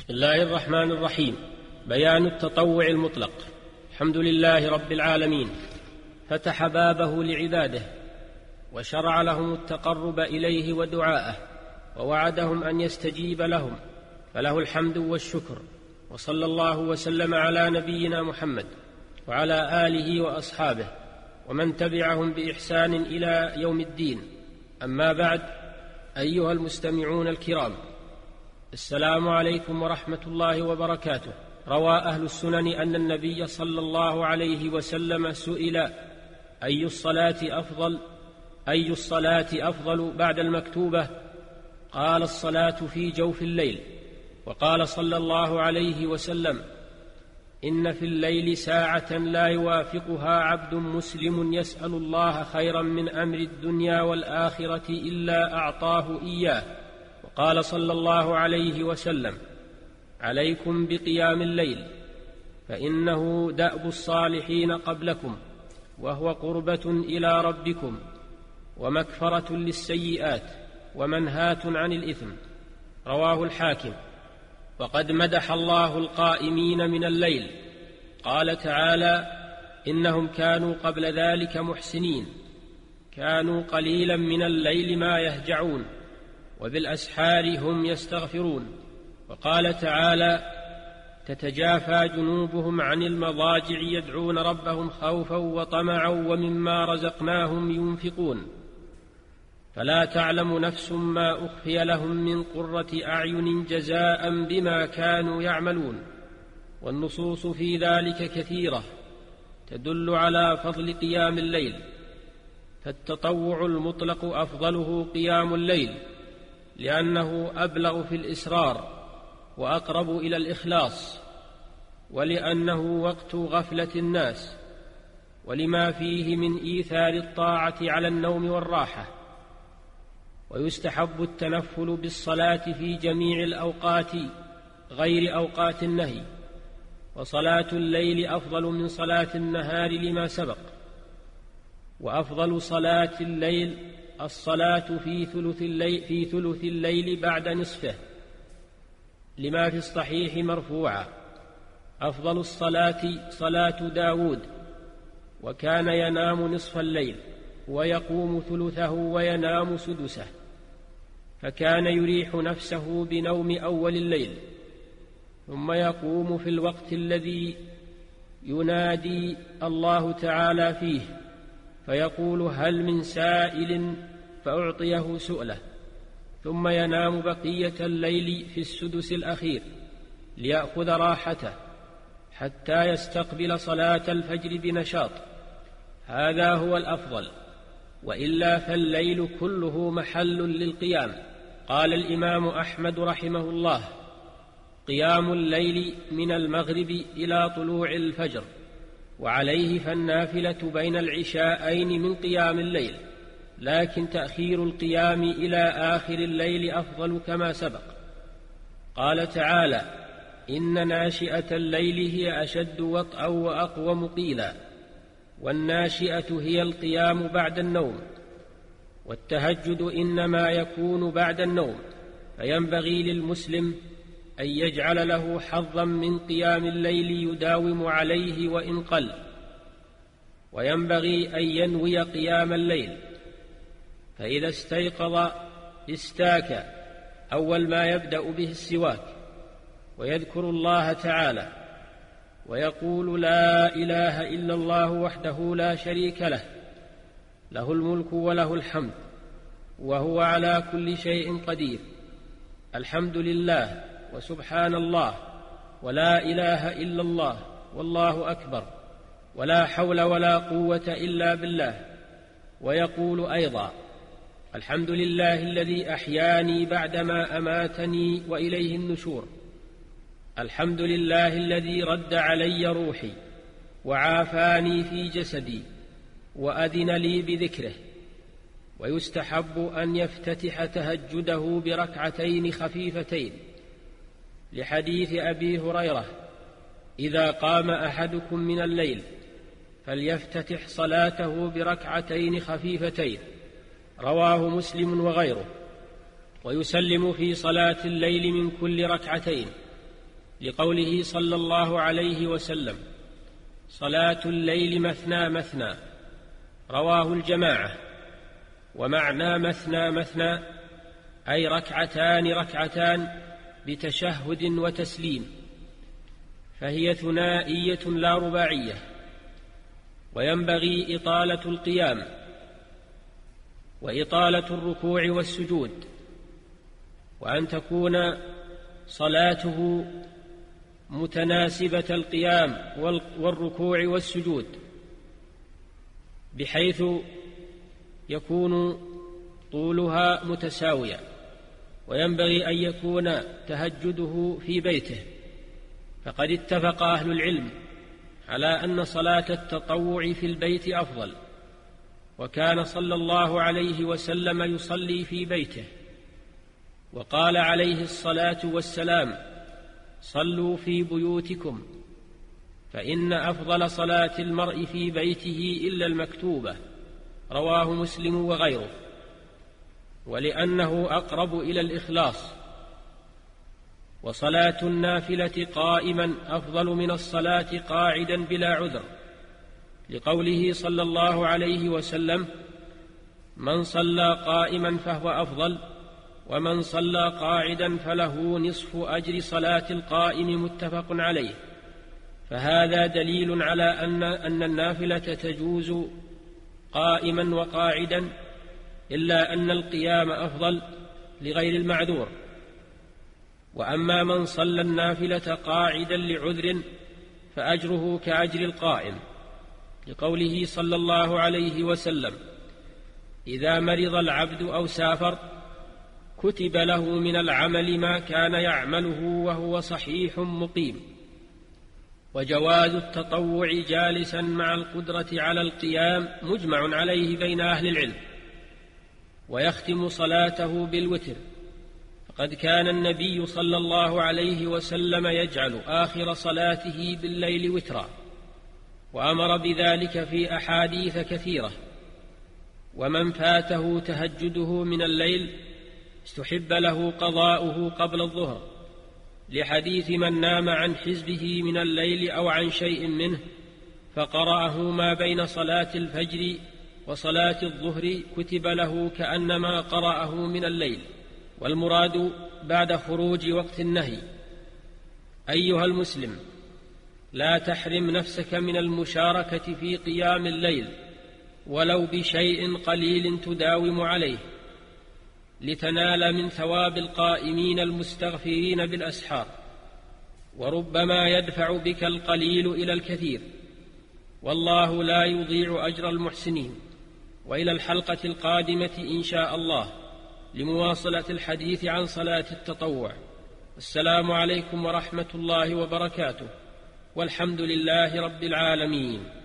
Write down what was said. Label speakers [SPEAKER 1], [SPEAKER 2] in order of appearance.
[SPEAKER 1] بسم الله الرحمن الرحيم. بيان التطوع المطلق. الحمد لله رب العالمين، فتح بابه لعباده وشرع لهم التقرب إليه ودعاءه، ووعدهم أن يستجيب لهم، فله الحمد والشكر. وصلى الله وسلم على نبينا محمد وعلى آله وأصحابه ومن تبعهم بإحسان إلى يوم الدين. أما بعد، أيها المستمعون الكرام، السلام عليكم ورحمة الله وبركاته. روى أهل السنن أن النبي صلى الله عليه وسلم سئل: أي الصلاة أفضل بعد المكتوبة؟ قال: الصلاة في جوف الليل. وقال صلى الله عليه وسلم: إن في الليل ساعة لا يوافقها عبد مسلم يسأل الله خيرا من أمر الدنيا والآخرة إلا أعطاه إياه. وقال صلى الله عليه وسلم: عليكم بقيام الليل، فإنه دأب الصالحين قبلكم، وهو قربة إلى ربكم، ومكفرة للسيئات، ومنهاة عن الإثم. رواه الحاكم. وقد مدح الله القائمين من الليل، قال تعالى: إنهم كانوا قبل ذلك محسنين، كانوا قليلا من الليل ما يهجعون، وبالأسحار هم يستغفرون. وقال تعالى: تتجافى جنوبهم عن المضاجع يدعون ربهم خوفا وطمعا ومما رزقناهم ينفقون. فلا تعلم نفس ما أخفي لهم من قرة أعين جزاء بما كانوا يعملون. والنصوص في ذلك كثيرة تدل على فضل قيام الليل، فالتطوع المطلق أفضله قيام الليل، لأنه أبلغ في الإسرار وأقرب إلى الإخلاص، ولأنه وقت غفلة الناس، ولما فيه من إيثار الطاعة على النوم والراحة. ويستحب التنفل بالصلاة في جميع الأوقات غير أوقات النهي، وصلاة الليل أفضل من صلاة النهار لما سبق. وأفضل صلاة الليل الصلاة في ثلث الليل بعد نصفه، لما في الصحيح مرفوعا: أفضل الصلاة صلاة داود، وكان ينام نصف الليل ويقوم ثلثه وينام سدسه، فكان يريح نفسه بنوم أول الليل، ثم يقوم في الوقت الذي ينادي الله تعالى فيه، فيقول: هل من سائل فأعطيه سؤله، ثم ينام بقية الليل في السدس الأخير ليأخذ راحته حتى يستقبل صلاة الفجر بنشاط. هذا هو الأفضل، وإلا فالليل كله محل للقيام. قال الإمام أحمد رحمه الله: قيام الليل من المغرب إلى طلوع الفجر، وعليه فالنافلة بين العشاءين من قيام الليل، لكن تأخير القيام إلى آخر الليل أفضل كما سبق. قال تعالى: إن ناشئة الليل هي أشد وطئا وأقوم قيلا. والناشئة هي القيام بعد النوم، والتهجد إنما يكون بعد النوم، فينبغي للمسلم أن يجعل له حظا من قيام الليل يداوم عليه وإن قل، وينبغي أن ينوي قيام الليل. فإذا استيقظ استاك، أول ما يبدأ به السواك، ويذكر الله تعالى ويقول: لا إله إلا الله وحده لا شريك له، له الملك وله الحمد وهو على كل شيء قدير، الحمد لله وسبحان الله ولا إله إلا الله والله أكبر ولا حول ولا قوة إلا بالله. ويقول أيضا: الحمد لله الذي أحياني بعدما أماتني وإليه النشور، الحمد لله الذي رد علي روحي وعافاني في جسدي وأذن لي بذكره. ويستحب أن يفتتح تهجده بركعتين خفيفتين، لحديث أبي هريرة: إذا قام أحدكم من الليل فليفتتح صلاته بركعتين خفيفتين. رواه مسلم وغيره. ويسلم في صلاة الليل من كل ركعتين، لقوله صلى الله عليه وسلم: صلاة الليل مثنى مثنى، رواه الجماعة. ومعنى مثنى مثنى أي ركعتان ركعتان بتشهد وتسليم، فهي ثنائية لا رباعية. وينبغي إطالة القيام وإطالة الركوع والسجود، وأن تكون صلاته متناسبة القيام والركوع والسجود، بحيث يكون طولها متساويا. وينبغي أن يكون تهجده في بيته، فقد اتفق أهل العلم على أن صلاة التطوع في البيت أفضل، وكان صلى الله عليه وسلم يصلي في بيته، وقال عليه الصلاة والسلام: صلوا في بيوتكم، فإن أفضل صلاة المرء في بيته إلا المكتوبة، رواه مسلم وغيره. ولأنه أقرب إلى الإخلاص. وصلاة النافلة قائما أفضل من الصلاة قاعدا بلا عذر، لقوله صلى الله عليه وسلم: من صلى قائما فهو أفضل، ومن صلى قاعدا فله نصف أجر صلاة القائم، متفق عليه. فهذا دليل على أن النافلة تجوز قائما وقاعدا، إلا أن القيام أفضل لغير المعذور. وأما من صلى النافلة قاعدا لعذر فأجره كأجر القائم، لقوله صلى الله عليه وسلم: إذا مرض العبد أو سافر كتب له من العمل ما كان يعمله وهو صحيح مقيم. وجواز التطوع جالسا مع القدرة على القيام مجمع عليه بين أهل العلم. ويختم صلاته بالوتر، فقد كان النبي صلى الله عليه وسلم يجعل آخر صلاته بالليل وترا، وأمر بذلك في أحاديث كثيرة. ومن فاته تهجده من الليل استحب له قضاؤه قبل الظهر، لحديث: من نام عن حزبه من الليل أو عن شيء منه فقرأه ما بين صلاة الفجر وصلاة الظهر كتب له كأنما قرأه من الليل. والمراد بعد خروج وقت النهي. أيها المسلم، لا تحرم نفسك من المشاركة في قيام الليل ولو بشيء قليل تداوم عليه، لتنال من ثواب القائمين المستغفرين بالأسحار. وربما يدفع بك القليل إلى الكثير، والله لا يضيع أجر المحسنين. وإلى الحلقة القادمة إن شاء الله لمواصلة الحديث عن صلاة التطوع. السلام عليكم ورحمة الله وبركاته، والحمد لله رب العالمين.